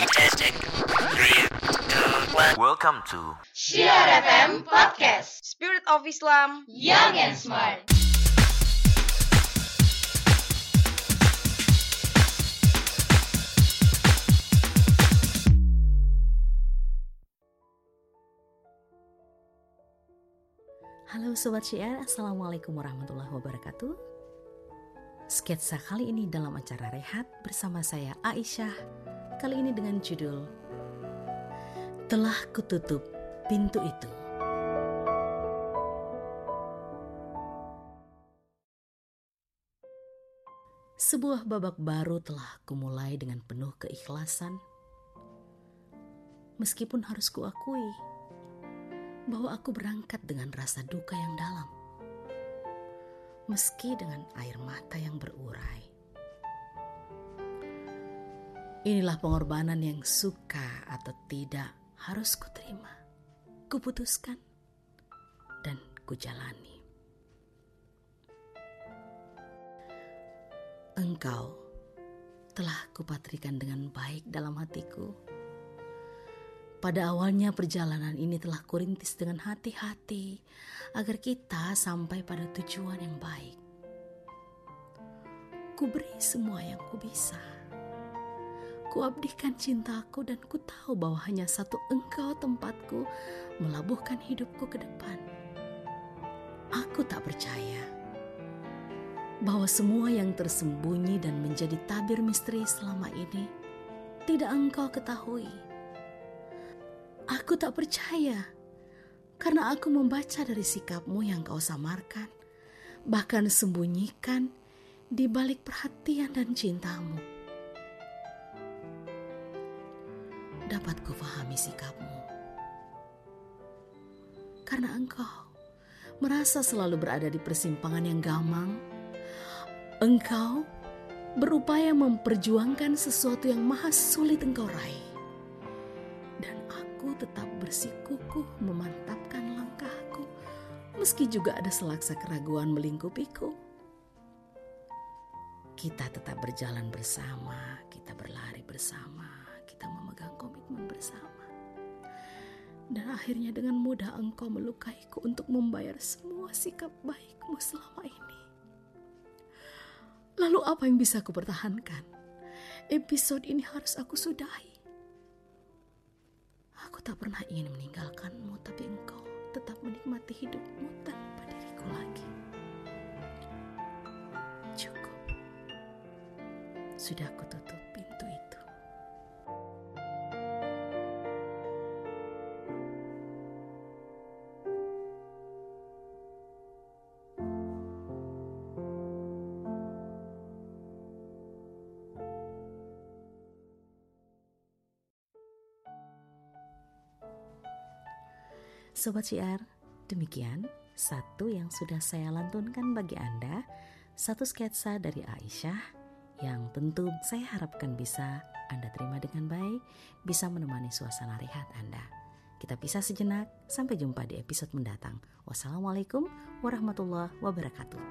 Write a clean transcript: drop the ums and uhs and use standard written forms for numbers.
Welcome to Syiar FM Podcast, Spirit of Islam, Young and Smart. Halo Sobat Syiar, Assalamualaikum warahmatullahi wabarakatuh. Sketsa kali ini dalam acara Rehat bersama saya Aisyah. Kali ini dengan judul Telah Kututup Pintu Itu. Sebuah babak baru telah kumulai dengan penuh keikhlasan. Meskipun harus kuakui bahwa aku berangkat dengan rasa duka yang dalam, meski dengan air mata yang berurai. Inilah pengorbanan yang suka atau tidak harus kuterima, kuputuskan, dan kujalani. Engkau telah kupatrikan dengan baik dalam hatiku. Pada awalnya perjalanan ini telah kurintis dengan hati-hati agar kita sampai pada tujuan yang baik. Kuberi semua yang kubisa. Kuabdikan cintaku dan ku tahu bahwa hanya satu engkau tempatku melabuhkan hidupku ke depan. Aku tak percaya bahwa semua yang tersembunyi dan menjadi tabir misteri selama ini tidak engkau ketahui. Aku tak percaya karena aku membaca dari sikapmu yang kau samarkan, bahkan sembunyikan di balik perhatian dan cintamu. Dapat kufahami sikapmu karena engkau merasa selalu berada di persimpangan yang gamang. Engkau berupaya memperjuangkan sesuatu yang maha sulit engkau raih. Aku tetap bersikukuh memantapkan langkahku, meski juga ada selaksa keraguan melingkupiku. Kita tetap berjalan bersama, kita berlari bersama, kita memegang komitmen bersama. Dan akhirnya dengan mudah engkau melukaiku untuk membayar semua sikap baikmu selama ini. Lalu apa yang bisa aku pertahankan? Episode ini harus aku sudahi. Aku tak pernah ingin meninggalkanmu, tapi engkau tetap menikmati hidupmu tanpa diriku lagi. Cukup. Sudah aku tutup pintu itu. Sobat Syiar, demikian satu yang sudah saya lantunkan bagi Anda, satu sketsa dari Aisyah yang tentu saya harapkan bisa Anda terima dengan baik, bisa menemani suasana rehat Anda. Kita pisah sejenak, sampai jumpa di episode mendatang. Wassalamualaikum warahmatullahi wabarakatuh.